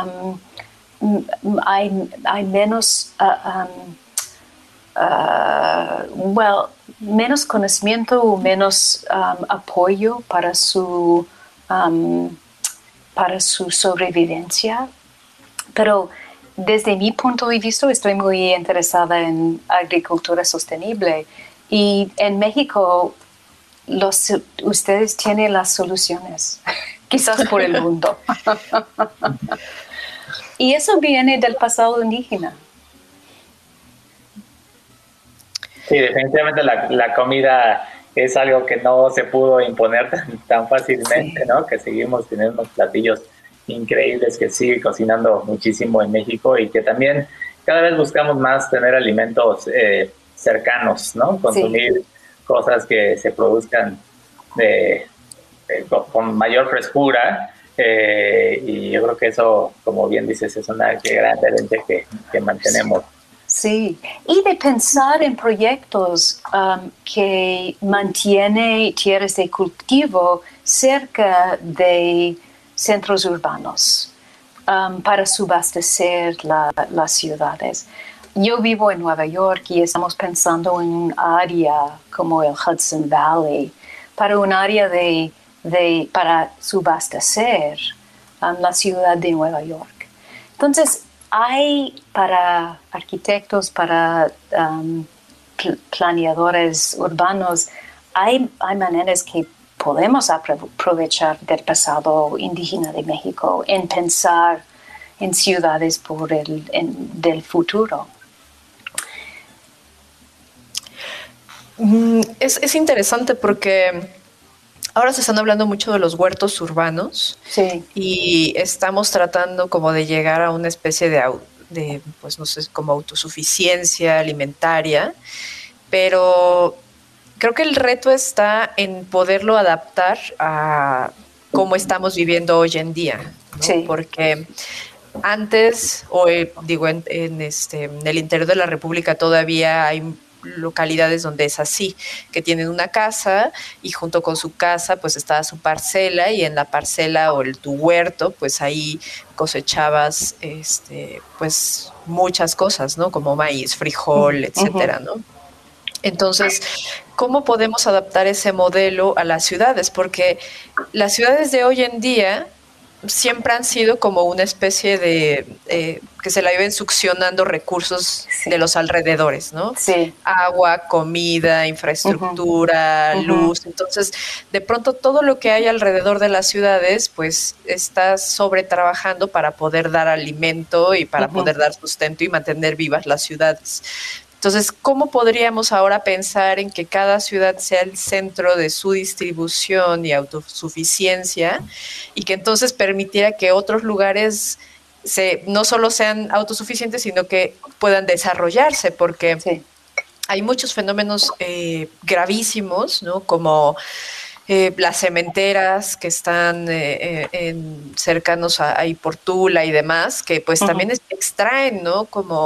hay menos, menos conocimiento o menos apoyo para su sobrevivencia, pero desde mi punto de vista estoy muy interesada en agricultura sostenible y en México ustedes tienen las soluciones, quizás por el mundo. Y eso viene del pasado indígena. Sí, definitivamente la comida es algo que no se pudo imponer tan fácilmente, sí, ¿no? Que seguimos teniendo unos platillos increíbles que sigue cocinando muchísimo en México y que también cada vez buscamos más tener alimentos cercanos, ¿no? Consumir cosas que se produzcan con mayor frescura y yo creo que eso, como bien dices, es una gran herencia que mantenemos. Sí, y de pensar en proyectos que mantienen tierras de cultivo cerca de centros urbanos para subastecer las ciudades. Yo vivo en Nueva York y estamos pensando en un área como el Hudson Valley, para un área para subastecer la ciudad de Nueva York. Entonces, hay para arquitectos, para planeadores urbanos, hay maneras que podemos aprovechar del pasado indígena de México en pensar en ciudades del futuro. Es interesante porque ahora se están hablando mucho de los huertos urbanos, sí, y estamos tratando como de llegar a una especie de pues no sé, como autosuficiencia alimentaria, pero creo que el reto está en poderlo adaptar a cómo estamos viviendo hoy en día, ¿no? Sí. Porque antes, o digo, en el interior de la República todavía hay localidades donde es así, que tienen una casa y junto con su casa pues estaba su parcela, y en la parcela o tu huerto pues ahí cosechabas pues muchas cosas, ¿no? Como maíz, frijol, etcétera, ¿no? Entonces, ¿cómo podemos adaptar ese modelo a las ciudades? Porque las ciudades de hoy en día siempre han sido como una especie de que se la viven succionando recursos de los alrededores, ¿no? Sí. Agua, comida, infraestructura, luz. Entonces, de pronto todo lo que hay alrededor de las ciudades, pues está sobretrabajando para poder dar alimento y para poder dar sustento y mantener vivas las ciudades. Entonces, ¿cómo podríamos ahora pensar en que cada ciudad sea el centro de su distribución y autosuficiencia, y que entonces permitiera que otros lugares no solo sean autosuficientes, sino que puedan desarrollarse? Porque hay muchos fenómenos gravísimos, ¿no? Como las cementeras que están cercanos a Portula y demás, que pues también extraen, ¿no?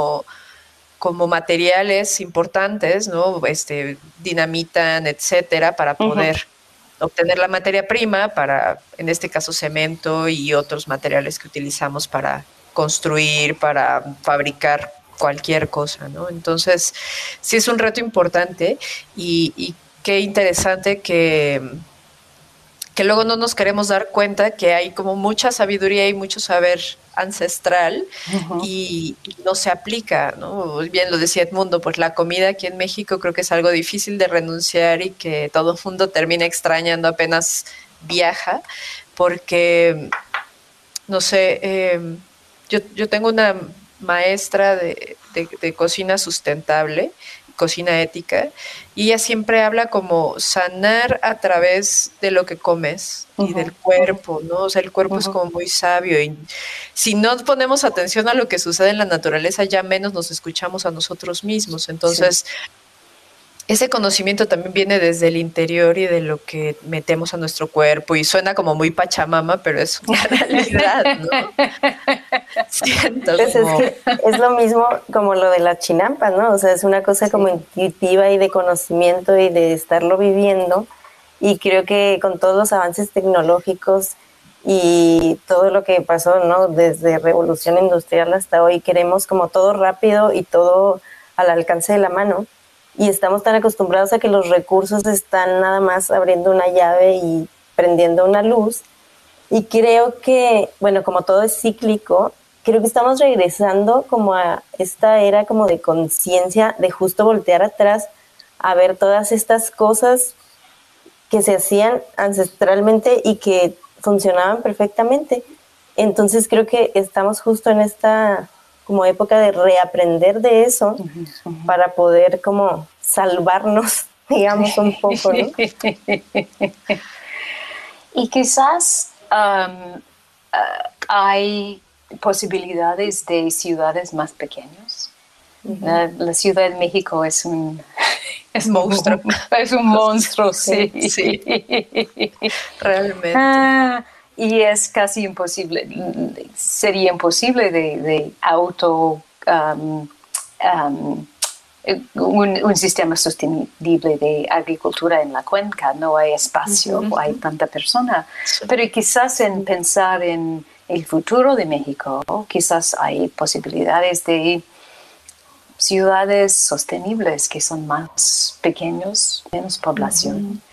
Como materiales importantes, ¿no? Dinamitan, etcétera, para poder obtener la materia prima para, en este caso, cemento y otros materiales que utilizamos para construir, para fabricar cualquier cosa, ¿no? Entonces, sí es un reto importante, y qué interesante que luego no nos queremos dar cuenta que hay como mucha sabiduría y mucho saber ancestral y no se aplica, ¿no? Bien lo decía Edmundo, pues la comida aquí en México creo que es algo difícil de renunciar y que todo el mundo termina extrañando apenas viaja, porque, no sé, yo tengo una maestra de cocina sustentable, cocina ética, y ella siempre habla como sanar a través de lo que comes y del cuerpo, ¿no? O sea, el cuerpo es como muy sabio, y si no ponemos atención a lo que sucede en la naturaleza, ya menos nos escuchamos a nosotros mismos. Entonces, ese conocimiento también viene desde el interior y de lo que metemos a nuestro cuerpo, y suena como muy pachamama, pero es una realidad, ¿no? Siento pues como... es que es lo mismo como lo de las chinampas, ¿no? O sea, es una cosa como intuitiva y de conocimiento y de estarlo viviendo, y creo que con todos los avances tecnológicos y todo lo que pasó, ¿no? Desde revolución industrial hasta hoy, queremos como todo rápido y todo al alcance de la mano. Y estamos tan acostumbrados a que los recursos están nada más abriendo una llave y prendiendo una luz. Y creo que, bueno, como todo es cíclico, creo que estamos regresando como a esta era como de conciencia, de justo voltear atrás a ver todas estas cosas que se hacían ancestralmente y que funcionaban perfectamente. Entonces creo que estamos justo en esta como época de reaprender de eso para poder como salvarnos, digamos, un poco, ¿no? Y quizás hay posibilidades de ciudades más pequeñas. La Ciudad de México es un monstruo. Es un monstruo, sí. Realmente. Y es casi imposible, sería imposible de un sistema sostenible de agricultura en la cuenca. No hay espacio, hay tanta persona. Pero quizás en pensar en el futuro de México, quizás hay posibilidades de ciudades sostenibles que son más pequeños, menos población.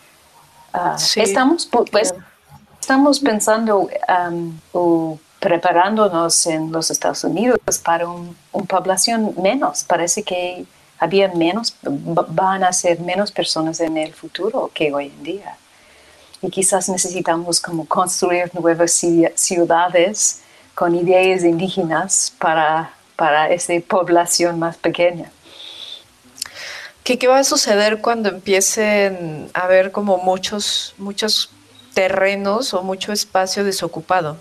Estamos pensando o preparándonos en los Estados Unidos para una población menos. Parece que van a ser menos personas en el futuro que hoy en día. Y quizás necesitamos como construir nuevas ciudades con ideas indígenas para esa población más pequeña. ¿Qué va a suceder cuando empiecen a haber como muchos terrenos o mucho espacio desocupado?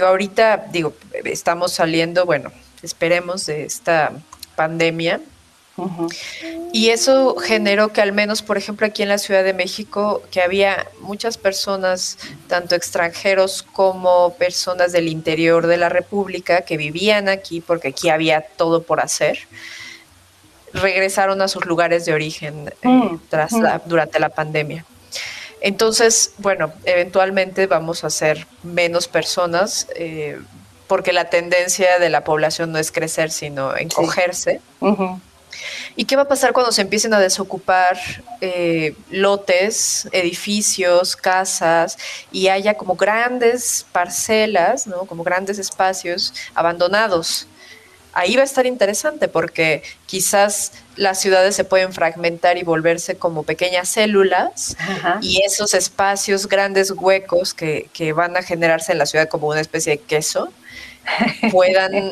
Ahorita estamos saliendo, bueno, esperemos, de esta pandemia, Y eso generó que al menos, por ejemplo, aquí en la Ciudad de México, que había muchas personas, tanto extranjeros como personas del interior de la República, que vivían aquí porque aquí había todo por hacer, regresaron a sus lugares de origen durante la pandemia. Entonces, bueno, eventualmente vamos a ser menos personas, porque la tendencia de la población no es crecer, sino encogerse. ¿Y qué va a pasar cuando se empiecen a desocupar lotes, edificios, casas, y haya como grandes parcelas, ¿no? Como grandes espacios abandonados? Ahí va a estar interesante porque quizás las ciudades se pueden fragmentar y volverse como pequeñas células, y esos espacios, grandes huecos que van a generarse en la ciudad como una especie de queso, puedan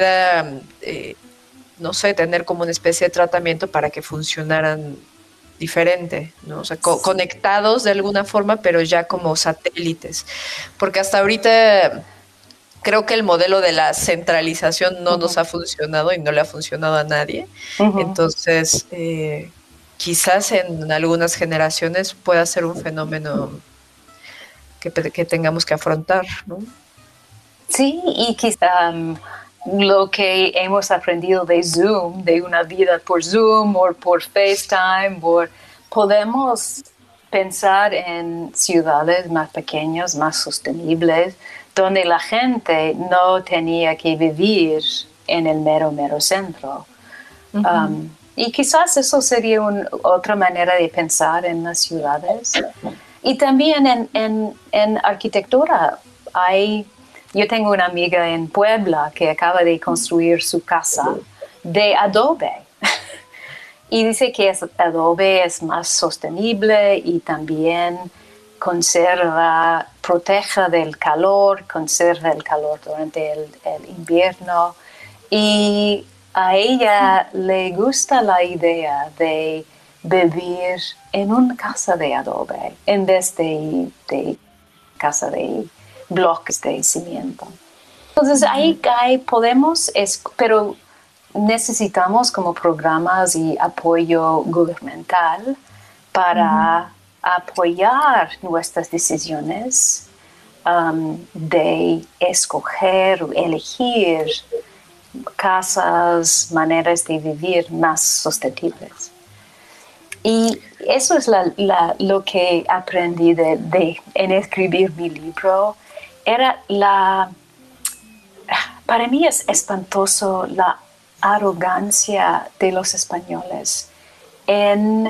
no sé, tener como una especie de tratamiento para que funcionaran diferente, ¿no? O sea, conectados de alguna forma, pero ya como satélites. Porque hasta ahorita creo que el modelo de la centralización no nos ha funcionado y no le ha funcionado a nadie. Entonces, quizás en algunas generaciones pueda ser un fenómeno que tengamos que afrontar, ¿no? Sí, y quizá lo que hemos aprendido de Zoom, de una vida por Zoom o por FaceTime, podemos pensar en ciudades más pequeñas, más sostenibles, donde la gente no tenía que vivir en el mero centro. Y quizás eso sería otra manera de pensar en las ciudades. Y también en arquitectura. Yo tengo una amiga en Puebla que acaba de construir su casa de adobe. Y dice que adobe es más sostenible y también protege del calor, conserva el calor durante el invierno. Y a ella le gusta la idea de vivir en una casa de adobe en vez de casa de bloques de cimiento. Entonces ahí podemos, pero necesitamos como programas y apoyo gubernamental para apoyar nuestras decisiones de escoger o elegir casas, maneras de vivir más sostenibles. Y eso es lo que aprendí en escribir mi libro. Para mí es espantoso la arrogancia de los españoles en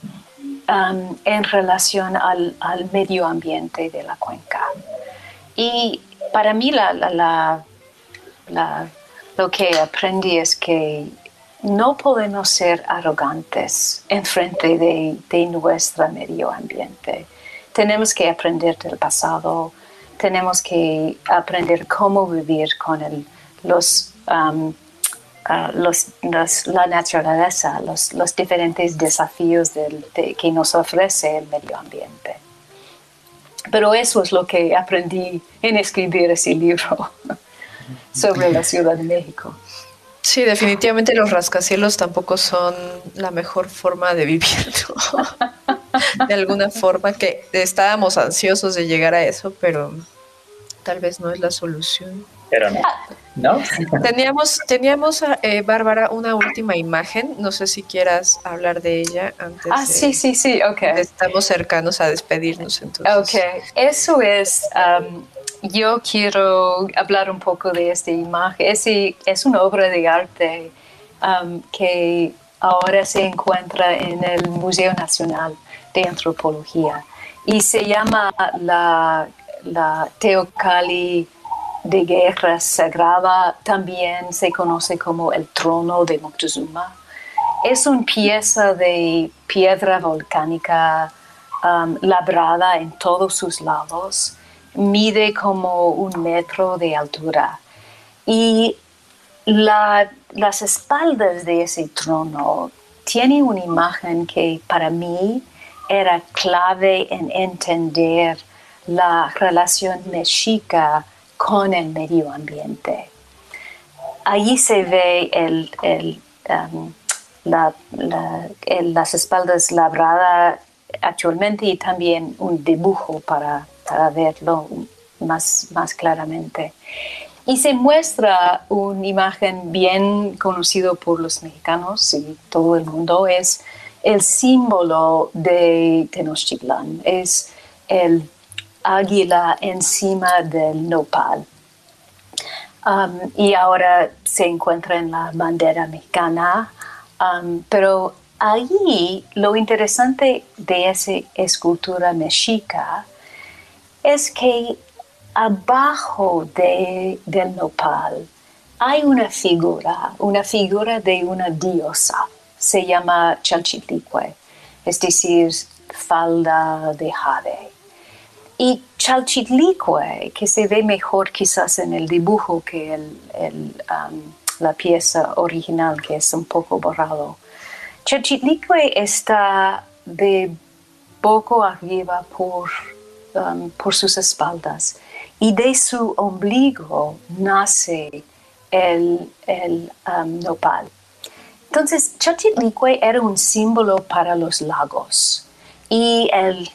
relación al medio ambiente de la cuenca. Y para mí lo que aprendí es que no podemos ser arrogantes en frente de nuestro medio ambiente. Tenemos que aprender del pasado, tenemos que aprender cómo vivir con la naturaleza, los diferentes desafíos que nos ofrece el medio ambiente. Pero eso es lo que aprendí en escribir ese libro sobre la Ciudad de México. Sí, definitivamente los rascacielos tampoco son la mejor forma de vivir, ¿no? De alguna forma que estábamos ansiosos de llegar a eso, pero tal vez no es la solución. Pero no. Teníamos Bárbara, una última imagen. No sé si quieras hablar de ella antes. Sí, ok. Estamos cercanos a despedirnos, entonces. Ok, eso es... yo quiero hablar un poco de esta imagen. Es una obra de arte que ahora se encuentra en el Museo Nacional de Antropología y se llama la Teocalli de Guerra Sagrada, también se conoce como el Trono de Moctezuma. Es una pieza de piedra volcánica labrada en todos sus lados. Mide como 1 metro de altura. Y las espaldas de ese trono tiene una imagen que para mí era clave en entender la relación mexica con el medio ambiente. Allí se ve las espaldas labradas actualmente y también un dibujo para verlo más claramente. Y se muestra una imagen bien conocida por los mexicanos y todo el mundo, es el símbolo de Tenochtitlán, es el águila encima del nopal. Y ahora se encuentra en la bandera mexicana, pero ahí lo interesante de esa escultura mexica es que abajo del nopal hay una figura de una diosa, se llama Chalchitlicue, es decir, falda de jade. Y Chalchitlicue, que se ve mejor quizás en el dibujo que la pieza original, que es un poco borrado. Chalchitlicue está de poco arriba por sus espaldas y de su ombligo nace el nopal. Entonces, Chalchitlicue era un símbolo para los lagos y el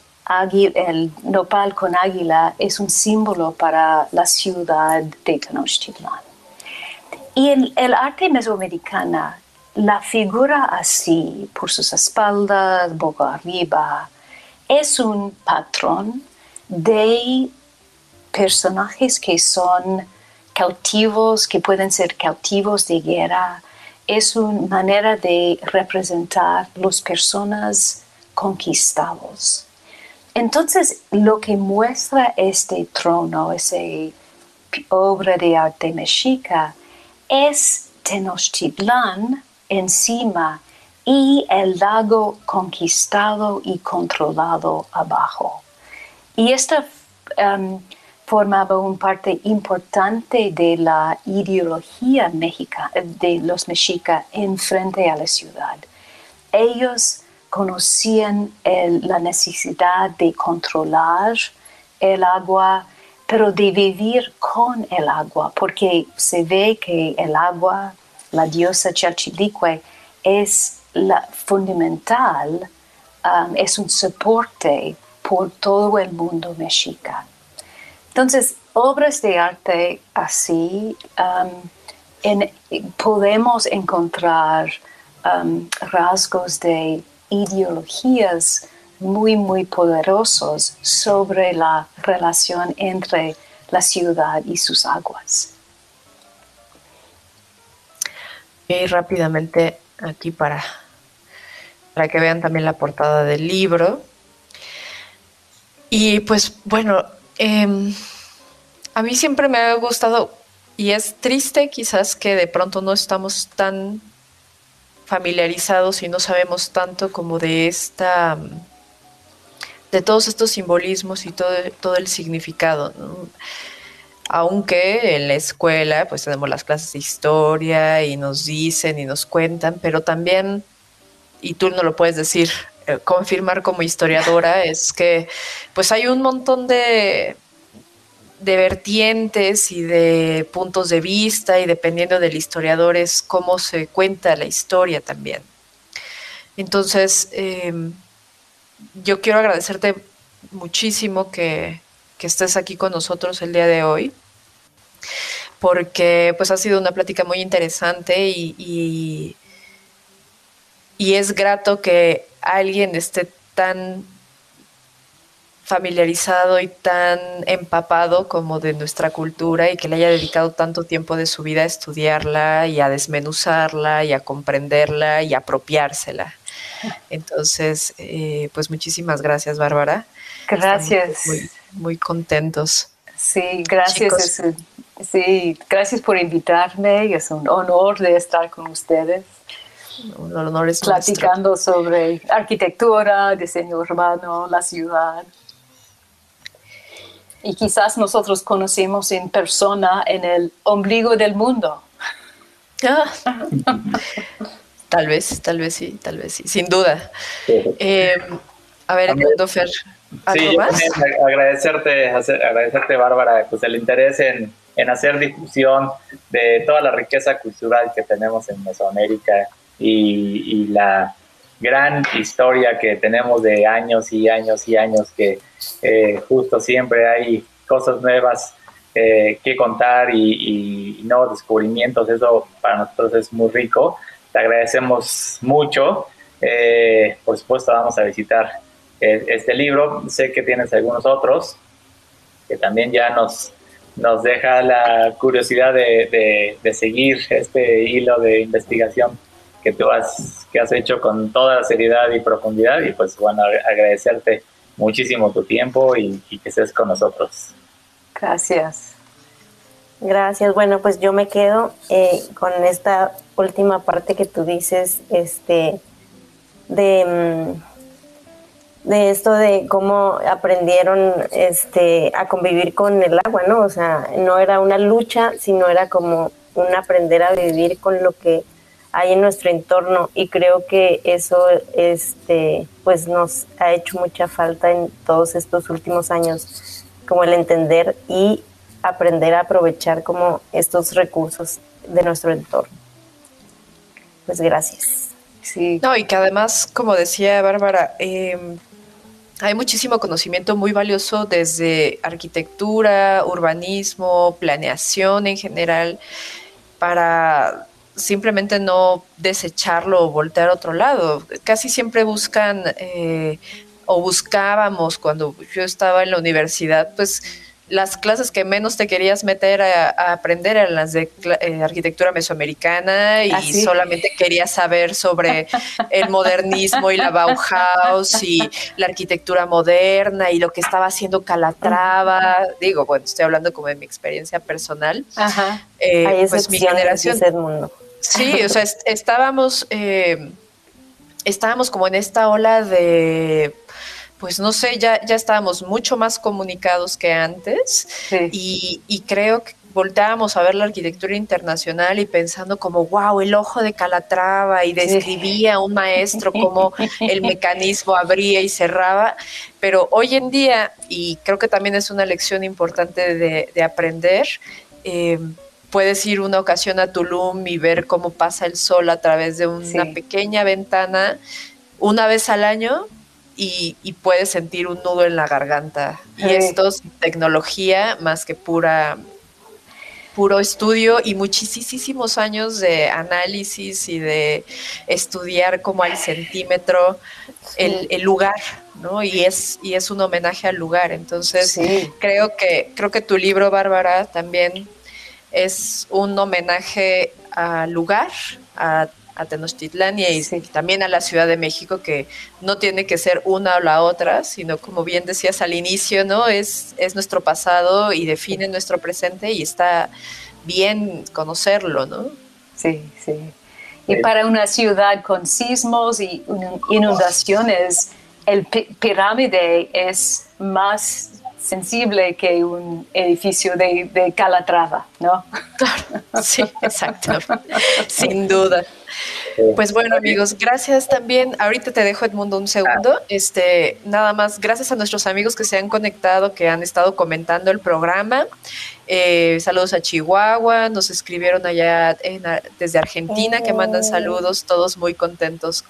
nopal con águila es un símbolo para la ciudad de Tenochtitlán. Y en el arte mesoamericana, la figura así, por sus espaldas, boca arriba, es un patrón de personajes que son cautivos, que pueden ser cautivos de guerra. Es una manera de representar las personas conquistados. Entonces, lo que muestra este trono, esa obra de arte mexica, es Tenochtitlán encima y el lago conquistado y controlado abajo. Y esta formaba una parte importante de la ideología mexicana, de los mexicas en frente a la ciudad. Ellos conocían la necesidad de controlar el agua, pero de vivir con el agua, porque se ve que el agua, la diosa Chalchitlicue, es fundamental, es un soporte por todo el mundo mexica. Entonces, obras de arte así, podemos encontrar rasgos de ideologías muy, muy poderosos sobre la relación entre la ciudad y sus aguas. Y rápidamente aquí para que vean también la portada del libro. Y pues bueno, a mí siempre me ha gustado, y es triste quizás que de pronto no estamos tan familiarizados y no sabemos tanto como de todos estos simbolismos y todo el significado, ¿no? Aunque en la escuela pues tenemos las clases de historia y nos dicen y nos cuentan, pero también, y tú no lo puedes decir, confirmar como historiadora, es que pues hay un montón de vertientes y de puntos de vista, y dependiendo del historiador es cómo se cuenta la historia también. Entonces, yo quiero agradecerte muchísimo que estés aquí con nosotros el día de hoy, porque pues ha sido una plática muy interesante y es grato que alguien esté tan familiarizado y tan empapado como de nuestra cultura y que le haya dedicado tanto tiempo de su vida a estudiarla y a desmenuzarla y a comprenderla y a apropiársela. Entonces, pues muchísimas gracias, Bárbara. Gracias. Estamos muy contentos. Sí, gracias. Sí, gracias por invitarme. Es un honor de estar con ustedes. Un honor es platicando nuestro. Sobre arquitectura, diseño urbano, la ciudad. Y quizás nosotros conocemos en persona en el ombligo del mundo. Tal vez sí, sin duda. A ver, Dofer, ¿algo más? Agradecerte, Bárbara, pues el interés en hacer difusión de toda la riqueza cultural que tenemos en Mesoamérica y la gran historia que tenemos de años y años y años, que justo siempre hay cosas nuevas que contar y nuevos descubrimientos. Eso para nosotros es muy rico. Te agradecemos mucho. Por supuesto vamos a visitar este libro. Sé que tienes algunos otros que también ya nos deja la curiosidad de seguir este hilo de investigación que tú has hecho con toda la seriedad y profundidad. Y pues bueno, agradecerte muchísimo tu tiempo y que estés con nosotros. Gracias. Gracias. Bueno, pues yo me quedo con esta última parte que tú dices, de esto de cómo aprendieron a convivir con el agua, ¿no? O sea, no era una lucha, sino era como un aprender a vivir con lo que hay en nuestro entorno, y creo que eso pues nos ha hecho mucha falta en todos estos últimos años, como el entender y aprender a aprovechar como estos recursos de nuestro entorno. Pues gracias. Sí. No, y que además, como decía Bárbara, hay muchísimo conocimiento muy valioso desde arquitectura, urbanismo, planeación en general, para simplemente no desecharlo o voltear a otro lado. Casi siempre buscan, o buscábamos cuando yo estaba en la universidad, pues las clases que menos te querías meter a aprender eran las de arquitectura mesoamericana, y ¿Ah, sí? solamente querías saber sobre el modernismo y la Bauhaus y la arquitectura moderna y lo que estaba haciendo Calatrava. Digo, bueno, estoy hablando como de mi experiencia personal. Ajá. Hay Pues mi excepciones, generación. dice Edmundo. Sí, o sea, estábamos como en esta ola de, pues no sé, ya estábamos mucho más comunicados que antes, Sí. y creo que volteábamos a ver la arquitectura internacional y pensando como, wow, el ojo de Calatrava, y describía un maestro cómo el mecanismo abría y cerraba. Pero hoy en día, y creo que también es una lección importante de aprender, puedes ir una ocasión a Tulum y ver cómo pasa el sol a través de una pequeña ventana una vez al año, y puedes sentir un nudo en la garganta. Y esto es tecnología más que puro estudio y muchísimos años de análisis y de estudiar como al centímetro el lugar, ¿no? Y es un homenaje al lugar. Entonces, creo que tu libro, Bárbara, también es un homenaje al lugar, a Tenochtitlán y también a la Ciudad de México, que no tiene que ser una o la otra, sino, como bien decías al inicio, ¿no? Es nuestro pasado y define nuestro presente, y está bien conocerlo, ¿no? Sí, sí. Y para una ciudad con sismos y inundaciones, el pirámide es más sensible que un edificio de Calatrava, ¿no? Claro, sí, exacto, sin duda. Pues bueno, amigos, gracias también. Ahorita te dejo, Edmundo, un segundo. Nada más, gracias a nuestros amigos que se han conectado, que han estado comentando el programa. Saludos a Chihuahua, nos escribieron allá desde Argentina, que mandan saludos, todos muy contentos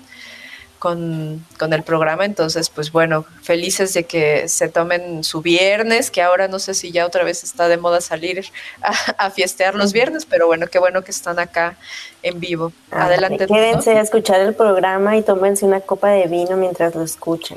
con el programa. Entonces, pues bueno, felices de que se tomen su viernes, que ahora no sé si ya otra vez está de moda salir a fiestear los viernes, pero bueno que están acá en vivo. Adelante. Quédense a escuchar el programa y tómense una copa de vino mientras lo escuchan.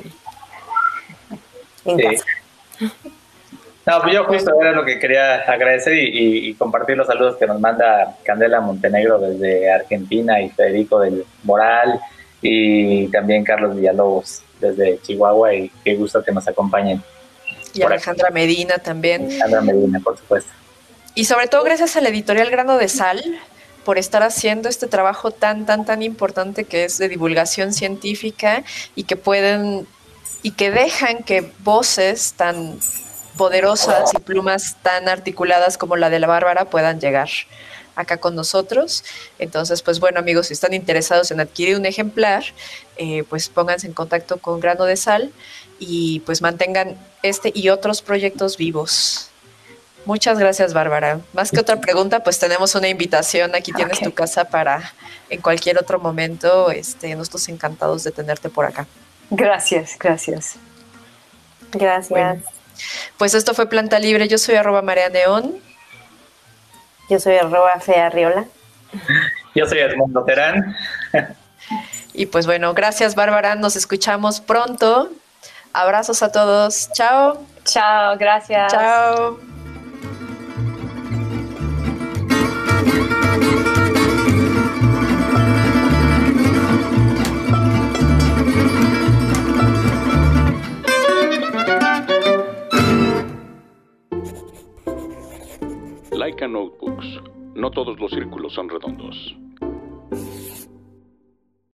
En casa. No, yo justo era lo que quería agradecer y compartir los saludos que nos manda Candela Montenegro desde Argentina, y Federico del Moral, y también Carlos Villalobos desde Chihuahua, y qué gusto que nos acompañen. Y Alejandra Medina también. Alejandra Medina, por supuesto. Y sobre todo gracias a la editorial Grano de Sal por estar haciendo este trabajo tan importante, que es de divulgación científica, y que dejan que voces tan poderosas y plumas tan articuladas como la de la Bárbara puedan llegar acá con nosotros. Entonces, pues bueno, amigos, si están interesados en adquirir un ejemplar, pues pónganse en contacto con Grano de Sal y pues mantengan este y otros proyectos vivos. Muchas gracias, Bárbara. Más que otra pregunta, pues tenemos una invitación. Aquí tienes tu casa para en cualquier otro momento. Nosotros encantados de tenerte por acá. Gracias. Gracias. Bueno, pues esto fue Planta Libre. Yo soy @MareaNeón. Yo soy @FeaRriola. Yo soy Edmundo Terán. Y pues bueno, gracias, Bárbara. Nos escuchamos pronto. Abrazos a todos. Chao. Chao, gracias. Chao. Laika Notebooks. No todos los círculos son redondos.